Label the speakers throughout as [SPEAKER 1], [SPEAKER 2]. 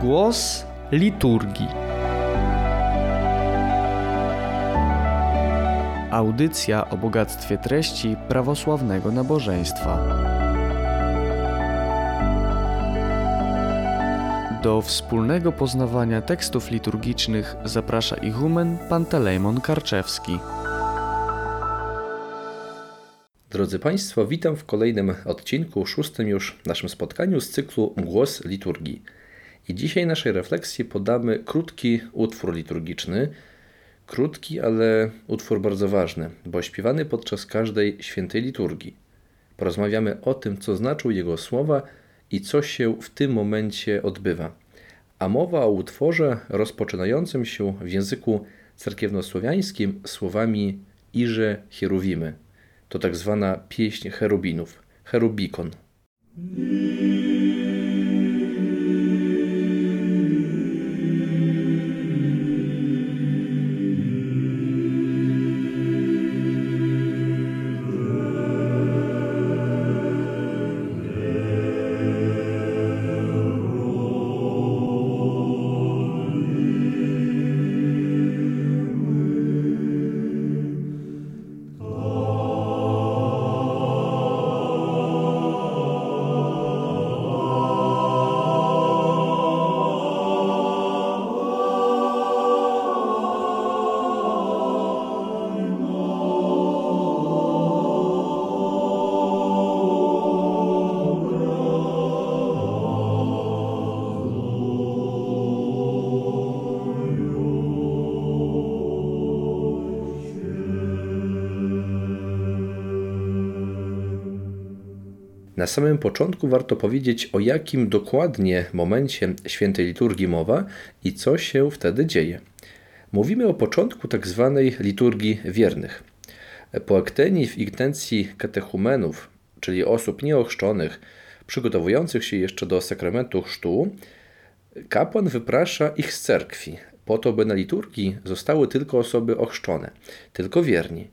[SPEAKER 1] Głos liturgii. Audycja o bogactwie treści prawosławnego nabożeństwa. Do wspólnego poznawania tekstów liturgicznych zaprasza ichumen Pantelejmon Karczewski.
[SPEAKER 2] Drodzy Państwo, witam w kolejnym odcinku, 6. już naszym spotkaniu z cyklu Głos liturgii. I dzisiaj naszej refleksji podamy krótki utwór liturgiczny. Krótki, ale utwór bardzo ważny, bo śpiewany podczas każdej świętej liturgii. Porozmawiamy o tym, co znaczą jego słowa i co się w tym momencie odbywa. A mowa o utworze rozpoczynającym się w języku cerkiewnosłowiańskim słowami Irze Cheruvimy. To tak zwana pieśń cherubinów, cherubikon. Na samym początku warto powiedzieć, o jakim dokładnie momencie świętej liturgii mowa i co się wtedy dzieje. Mówimy o początku tak zwanej liturgii wiernych. Po ektenii w intencji katechumenów, czyli osób nieochrzczonych, przygotowujących się jeszcze do sakramentu chrztu, kapłan wyprasza ich z cerkwi, po to, by na liturgii zostały tylko osoby ochrzczone, tylko wierni.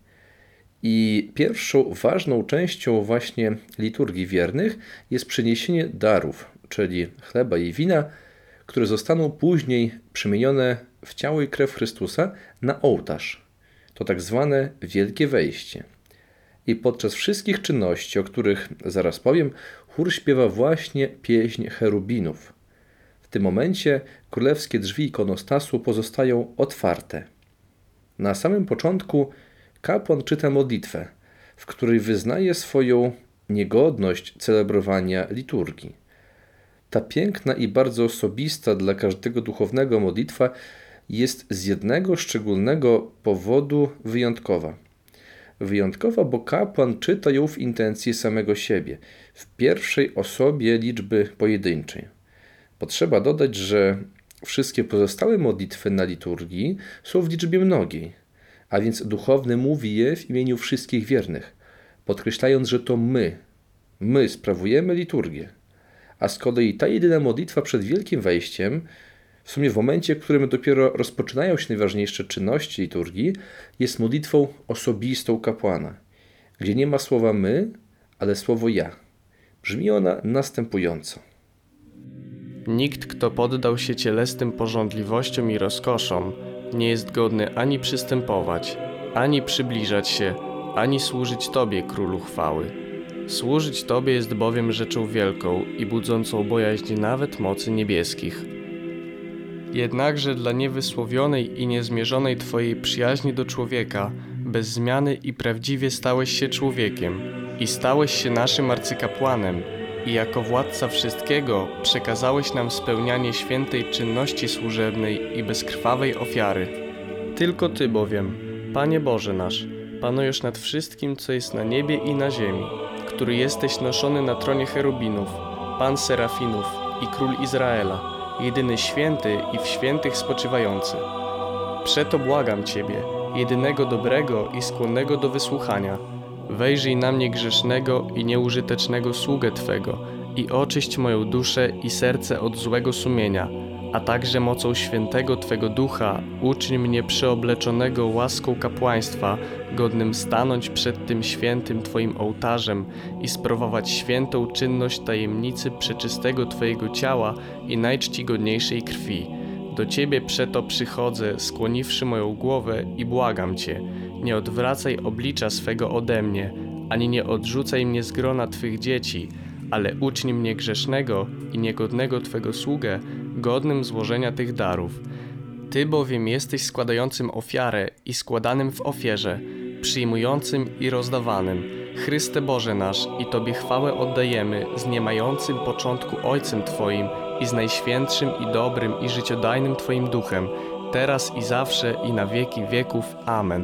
[SPEAKER 2] I pierwszą ważną częścią właśnie liturgii wiernych jest przyniesienie darów, czyli chleba i wina, które zostaną później przemienione w ciało i krew Chrystusa na ołtarz. To tak zwane Wielkie Wejście. I podczas wszystkich czynności, o których zaraz powiem, chór śpiewa właśnie pieśń cherubinów. W tym momencie królewskie drzwi ikonostasu pozostają otwarte. Na samym początku kapłan czyta modlitwę, w której wyznaje swoją niegodność celebrowania liturgii. Ta piękna i bardzo osobista dla każdego duchownego modlitwa jest z jednego szczególnego powodu wyjątkowa. Wyjątkowa, bo kapłan czyta ją w intencji samego siebie, w pierwszej osobie liczby pojedynczej. Potrzeba dodać, że wszystkie pozostałe modlitwy na liturgii są w liczbie mnogiej. A więc duchowny mówi je w imieniu wszystkich wiernych, podkreślając, że to my sprawujemy liturgię. A z kolei ta jedyna modlitwa przed Wielkim Wejściem, w sumie w momencie, w którym dopiero rozpoczynają się najważniejsze czynności liturgii, jest modlitwą osobistą kapłana, gdzie nie ma słowa my, ale słowo ja. Brzmi ona następująco.
[SPEAKER 1] Nikt, kto poddał się cielesnym pożądliwościom i rozkoszom, nie jest godny ani przystępować, ani przybliżać się, ani służyć Tobie, Królu chwały. Służyć Tobie jest bowiem rzeczą wielką i budzącą bojaźń nawet mocy niebieskich. Jednakże dla niewysłowionej i niezmierzonej Twojej przyjaźni do człowieka, bez zmiany i prawdziwie stałeś się człowiekiem i stałeś się naszym arcykapłanem i jako władca wszystkiego przekazałeś nam spełnianie świętej czynności służebnej i bezkrwawej ofiary. Tylko Ty bowiem, Panie Boże nasz, panujesz nad wszystkim, co jest na niebie i na ziemi, który jesteś noszony na tronie cherubinów, Pan serafinów i Król Izraela, jedyny święty i w świętych spoczywający. Przeto błagam Ciebie, jedynego dobrego i skłonnego do wysłuchania, wejrzyj na mnie grzesznego i nieużytecznego sługę Twego i oczyść moją duszę i serce od złego sumienia, a także mocą świętego Twego Ducha uczyń mnie przeobleczonego łaską kapłaństwa, godnym stanąć przed tym świętym Twoim ołtarzem i sprawować świętą czynność tajemnicy przeczystego Twojego ciała i najczcigodniejszej krwi. Do Ciebie przeto przychodzę, skłoniwszy moją głowę i błagam Cię, nie odwracaj oblicza swego ode mnie, ani nie odrzucaj mnie z grona Twych dzieci, ale uczyń mnie grzesznego i niegodnego Twego sługę, godnym złożenia tych darów. Ty bowiem jesteś składającym ofiarę i składanym w ofierze, przyjmującym i rozdawanym. Chryste Boże nasz, i Tobie chwałę oddajemy z niemającym początku Ojcem Twoim i z najświętszym i dobrym i życiodajnym Twoim Duchem, teraz i zawsze i na wieki wieków. Amen.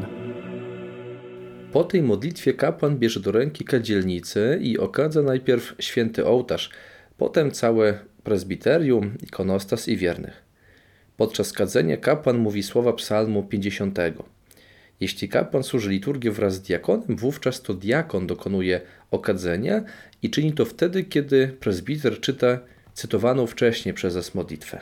[SPEAKER 2] Po tej modlitwie kapłan bierze do ręki kadzielnicę i okadza najpierw święty ołtarz, potem całe prezbiterium, ikonostas i wiernych. Podczas kadzenia kapłan mówi słowa psalmu 50. Jeśli kapłan służy liturgię wraz z diakonem, wówczas to diakon dokonuje okadzenia i czyni to wtedy, kiedy prezbiter czyta cytowaną wcześniej przez nas modlitwę.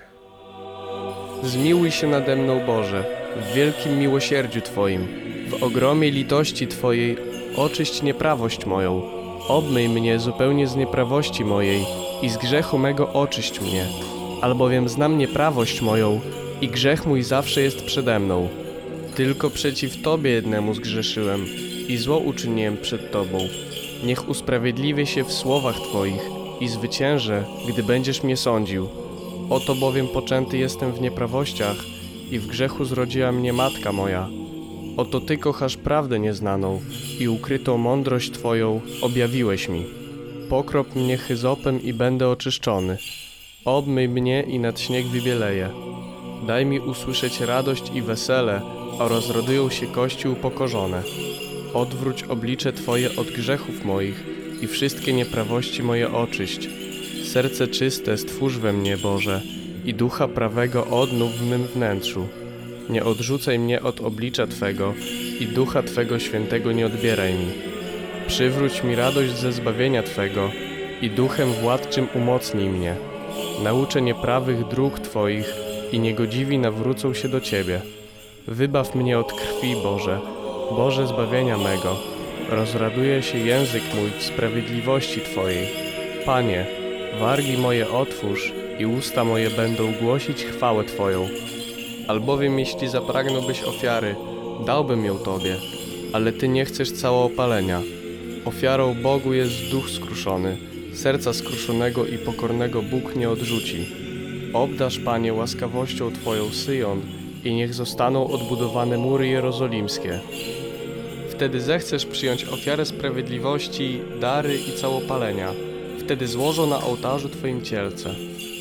[SPEAKER 1] Zmiłuj się nade mną, Boże, w wielkim miłosierdziu Twoim, w ogromie litości Twojej oczyść nieprawość moją. Obmyj mnie zupełnie z nieprawości mojej i z grzechu mego oczyść mnie, albowiem znam nieprawość moją i grzech mój zawsze jest przede mną. Tylko przeciw Tobie jednemu zgrzeszyłem i zło uczyniłem przed Tobą. Niech usprawiedliwię się w słowach Twoich i zwyciężę, gdy będziesz mnie sądził. Oto bowiem poczęty jestem w nieprawościach i w grzechu zrodziła mnie matka moja. Oto Ty kochasz prawdę nieznaną i ukrytą mądrość Twoją objawiłeś mi. Pokrop mnie hyzopem i będę oczyszczony. Obmyj mnie i nad śnieg wybieleję. Daj mi usłyszeć radość i wesele, a rozradują się kości upokorzone. Odwróć oblicze Twoje od grzechów moich i wszystkie nieprawości moje oczyść. Serce czyste stwórz we mnie, Boże, i ducha prawego odnów w mym wnętrzu. Nie odrzucaj mnie od oblicza Twego i ducha Twego świętego nie odbieraj mi. Przywróć mi radość ze zbawienia Twego i duchem władczym umocnij mnie. Nauczę nieprawych dróg Twoich i niegodziwi nawrócą się do Ciebie. Wybaw mnie od krwi, Boże, Boże zbawienia mego. Rozraduje się język mój w sprawiedliwości Twojej. Panie, wargi moje otwórz i usta moje będą głosić chwałę Twoją. Albowiem jeśli zapragnąłbyś ofiary, dałbym ją Tobie, ale Ty nie chcesz całopalenia. Ofiarą Bogu jest duch skruszony, serca skruszonego i pokornego Bóg nie odrzuci. Obdarz, Panie, łaskawością Twoją Syjon i niech zostaną odbudowane mury jerozolimskie. Wtedy zechcesz przyjąć ofiarę sprawiedliwości, dary i całopalenia. Wtedy złożą na ołtarzu Twoim cielce.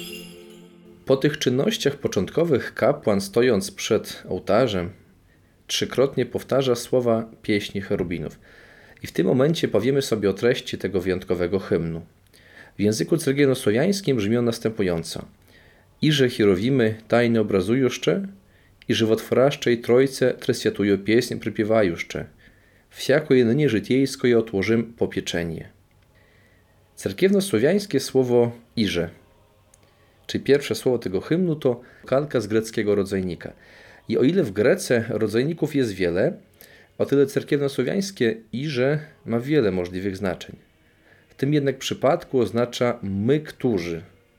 [SPEAKER 2] Po tych czynnościach początkowych kapłan, stojąc przed ołtarzem, trzykrotnie powtarza słowa pieśni cherubinów. I w tym momencie powiemy sobie o treści tego wyjątkowego hymnu. W języku cyrgielno-słowiańskim brzmią następująco. Iże hierowimy tajne obrazujuszcze, i żywotворящей Тройце тресвятую песнь припевающее. Всякое ныне житейское отложим попечение. Cerkiewno-słowiańskie słowo iże, czyli pierwsze słowo tego hymnu, to kalka z greckiego rodzajnika. I o ile w Grece rodzajników jest wiele, o tyle cerkiewno-słowiańskie iże ma wiele możliwych znaczeń. W tym jednak przypadku oznacza my, którzy.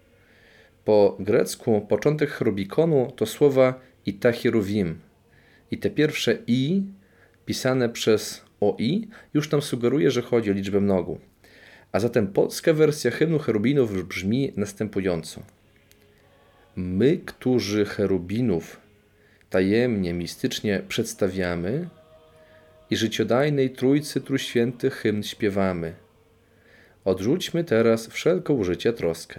[SPEAKER 2] Po grecku początek cherubikonu to słowa i ta hierowim. I te pierwsze i, pisane przez oi, już nam sugeruje, że chodzi o liczbę mnogu. A zatem polska wersja hymnu cherubinów brzmi następująco. My, którzy cherubinów tajemnie, mistycznie przedstawiamy i życiodajnej Trójcy Trójświęty hymn śpiewamy. Odrzućmy teraz wszelką życie troskę.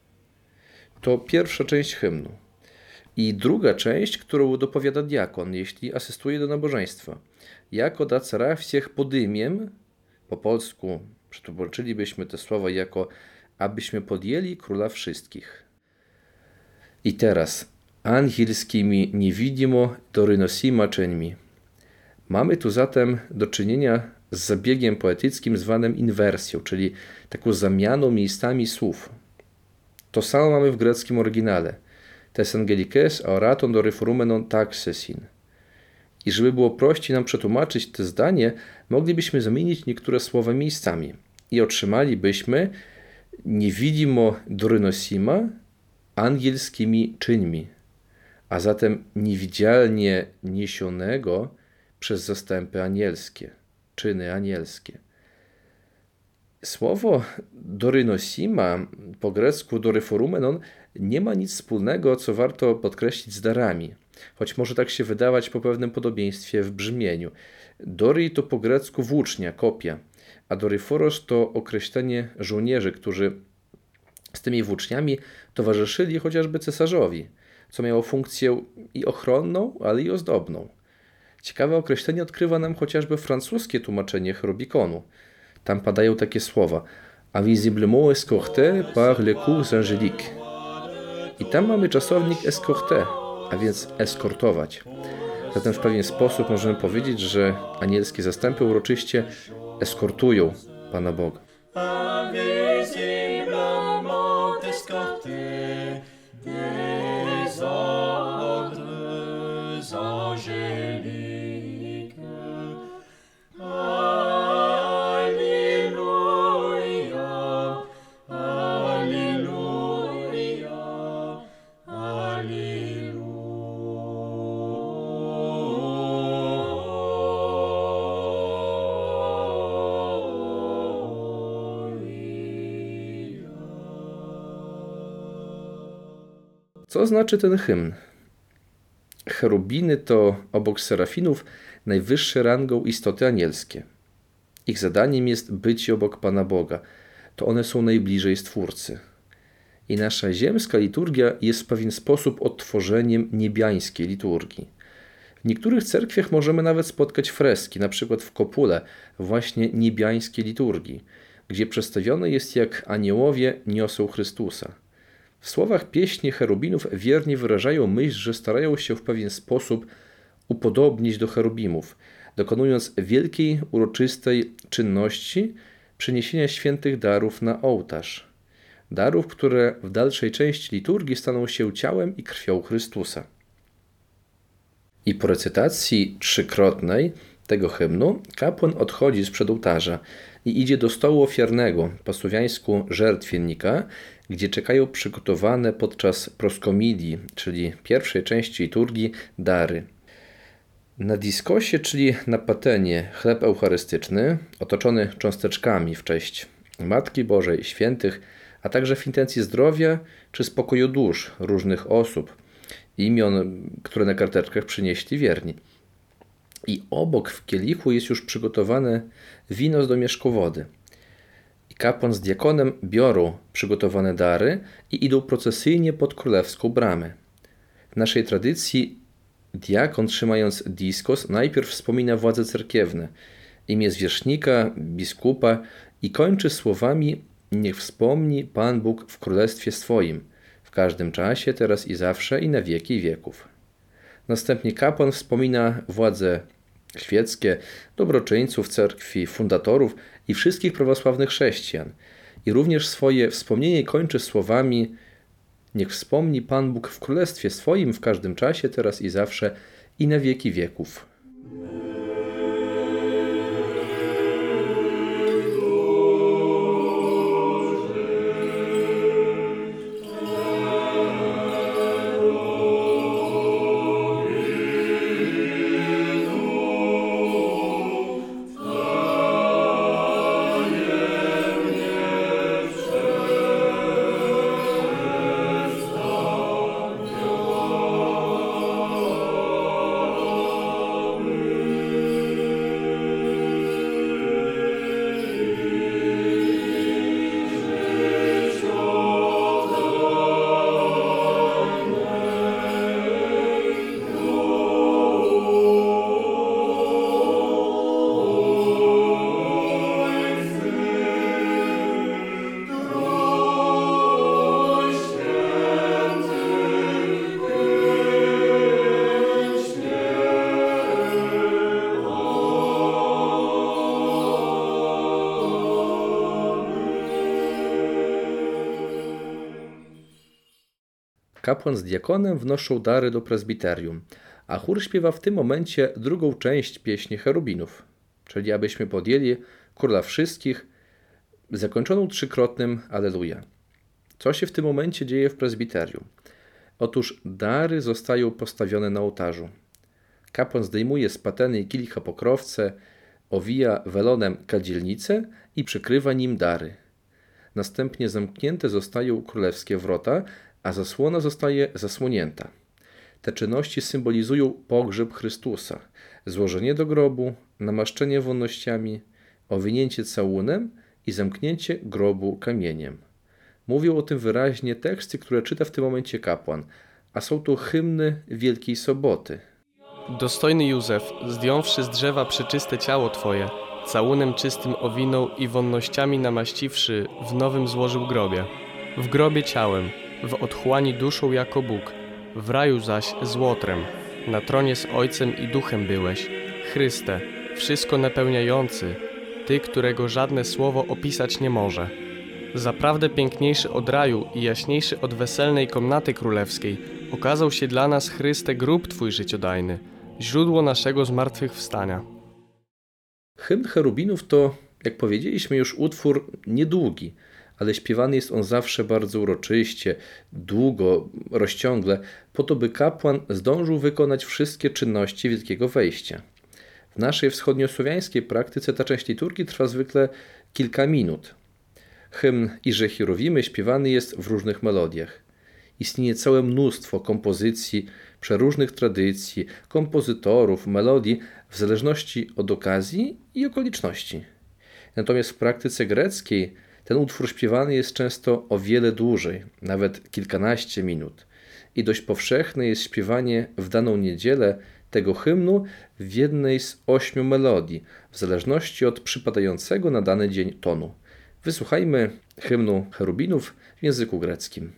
[SPEAKER 2] To pierwsza część hymnu. I druga część, którą dopowiada diakon, jeśli asystuje do nabożeństwa. Jako da cara всех podymiem, po polsku przetłumaczylibyśmy te słowa jako abyśmy podjęli króla wszystkich. I teraz anielskimi niewidimo dorynosima czyńmi. Mamy tu zatem do czynienia z zabiegiem poetyckim zwanym inwersją, czyli taką zamianą miejscami słów. To samo mamy w greckim oryginale. tes angelikes aoraton doriforumenon taxesin. I żeby było prościej nam przetłumaczyć to zdanie, moglibyśmy zamienić niektóre słowa miejscami i otrzymalibyśmy niewidimo dorynosima angielskimi czyńmi, a zatem niewidzialnie niesionego przez zastępy anielskie, czyny anielskie. Słowo dorynosima, po grecku doryforumenon, nie ma nic wspólnego, co warto podkreślić, z darami, choć może tak się wydawać po pewnym podobieństwie w brzmieniu. Dori to po grecku włócznia, kopia, a doryforos to określenie żołnierzy, którzy z tymi włóczniami towarzyszyli chociażby cesarzowi, co miało funkcję i ochronną, ale i ozdobną. Ciekawe określenie odkrywa nam chociażby francuskie tłumaczenie Cherubikonu. Tam padają takie słowa: invisiblement escorté par les coups angéliques. I tam mamy czasownik escorté, a więc eskortować. Zatem w pewien sposób możemy powiedzieć, że anielskie zastępy uroczyście eskortują Pana Boga.
[SPEAKER 3] Invisiblement escorté des ordres angéliques. Alléluia, Alléluia, Alléluia.
[SPEAKER 2] Co znaczy ten hymn? Cherubiny to obok serafinów najwyższe rangą istoty anielskie. Ich zadaniem jest bycie obok Pana Boga. To one są najbliżej Stwórcy. I nasza ziemska liturgia jest w pewien sposób odtworzeniem niebiańskiej liturgii. W niektórych cerkwiach możemy nawet spotkać freski, na przykład w kopule właśnie niebiańskiej liturgii, gdzie przedstawione jest, jak aniołowie niosą Chrystusa. W słowach pieśni cherubinów wiernie wyrażają myśl, że starają się w pewien sposób upodobnić do cherubimów, dokonując wielkiej, uroczystej czynności przyniesienia świętych darów na ołtarz. Darów, które w dalszej części liturgii staną się ciałem i krwią Chrystusa. I po recytacji trzykrotnej tego hymnu kapłan odchodzi sprzed ołtarza i idzie do stołu ofiarnego, po słowiańsku żertwiennika, gdzie czekają przygotowane podczas proskomidii, czyli pierwszej części liturgii, dary. Na diskosie, czyli na patenie, chleb eucharystyczny, otoczony cząsteczkami w cześć Matki Bożej, świętych, a także w intencji zdrowia czy spokoju dusz różnych osób, imion, które na karteczkach przynieśli wierni. I obok w kielichu jest już przygotowane wino z domieszku wody. I kapłan z diakonem biorą przygotowane dary i idą procesyjnie pod królewską bramę. W naszej tradycji diakon, trzymając diskos, najpierw wspomina władze cerkiewne, imię zwierzchnika, biskupa i kończy słowami: niech wspomni Pan Bóg w królestwie swoim, w każdym czasie, teraz i zawsze, i na wieki wieków. Następnie kapłan wspomina władze świeckie, dobroczyńców cerkwi, fundatorów i wszystkich prawosławnych chrześcijan. I również swoje wspomnienie kończy słowami: niech wspomni Pan Bóg w królestwie swoim, w każdym czasie, teraz i zawsze, i na wieki wieków. Kapłan z diakonem wnoszą dary do prezbiterium, a chór śpiewa w tym momencie drugą część pieśni cherubinów, czyli abyśmy podjęli Króla Wszystkich, zakończoną trzykrotnym Alleluja. Co się w tym momencie dzieje w prezbiterium? Otóż dary zostają postawione na ołtarzu. Kapłan zdejmuje z pateny i kielicha pokrowce, owija welonem kadzielnicę i przykrywa nim dary. Następnie zamknięte zostają królewskie wrota, a zasłona zostaje zasłonięta. Te czynności symbolizują pogrzeb Chrystusa, złożenie do grobu, namaszczenie wonnościami, owinięcie całunem i zamknięcie grobu kamieniem. Mówią o tym wyraźnie teksty, które czyta w tym momencie kapłan, a są to hymny Wielkiej Soboty.
[SPEAKER 1] Dostojny Józef, zdjąwszy z drzewa przeczyste ciało Twoje, całunem czystym owinął i wonnościami namaściwszy, w nowym złożył grobie. W grobie ciałem, w otchłani duszą jako Bóg, w raju zaś złotrem. Na tronie z Ojcem i Duchem byłeś. Chryste, wszystko napełniający, Ty, którego żadne słowo opisać nie może. Zaprawdę piękniejszy od raju i jaśniejszy od weselnej komnaty królewskiej okazał się dla nas, Chryste, grób Twój życiodajny, źródło naszego zmartwychwstania.
[SPEAKER 2] Hymn cherubinów to, jak powiedzieliśmy już, utwór niedługi, ale śpiewany jest on zawsze bardzo uroczyście, długo, rozciągle, po to by kapłan zdążył wykonać wszystkie czynności Wielkiego Wejścia. W naszej wschodniosłowiańskiej praktyce ta część liturgii trwa zwykle kilka minut. Hymn Irze Chirowimy śpiewany jest w różnych melodiach. Istnieje całe mnóstwo kompozycji, przeróżnych tradycji, kompozytorów, melodii, w zależności od okazji i okoliczności. Natomiast w praktyce greckiej ten utwór śpiewany jest często o wiele dłużej, nawet kilkanaście minut. I dość powszechne jest śpiewanie w daną niedzielę tego hymnu w jednej z 8 melodii, w zależności od przypadającego na dany dzień tonu. Wysłuchajmy hymnu cherubinów w języku greckim.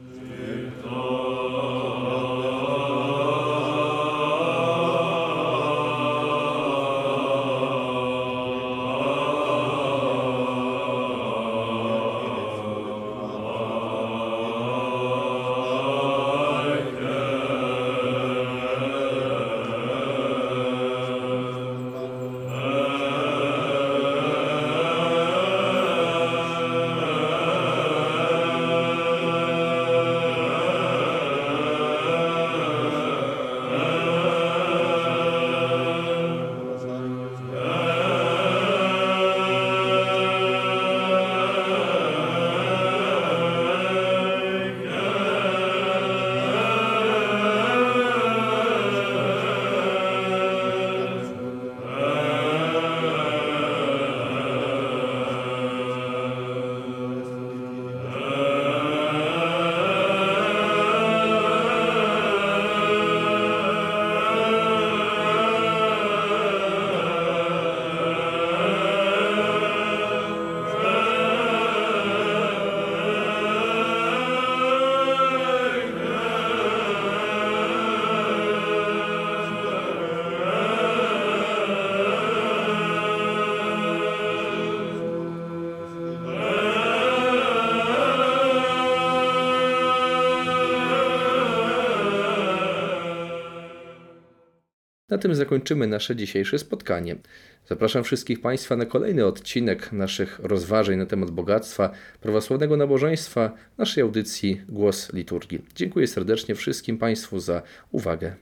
[SPEAKER 2] Na tym zakończymy nasze dzisiejsze spotkanie. Zapraszam wszystkich Państwa na kolejny odcinek naszych rozważań na temat bogactwa prawosławnego nabożeństwa naszej audycji Głos Liturgii. Dziękuję serdecznie wszystkim Państwu za uwagę.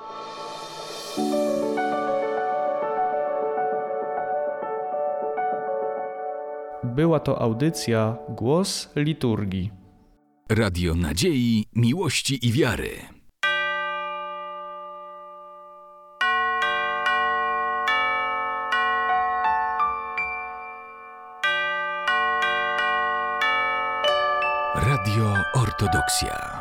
[SPEAKER 1] Była to audycja Głos Liturgii.
[SPEAKER 4] Radio Nadziei, Miłości i Wiary. Radio Ortodoksja.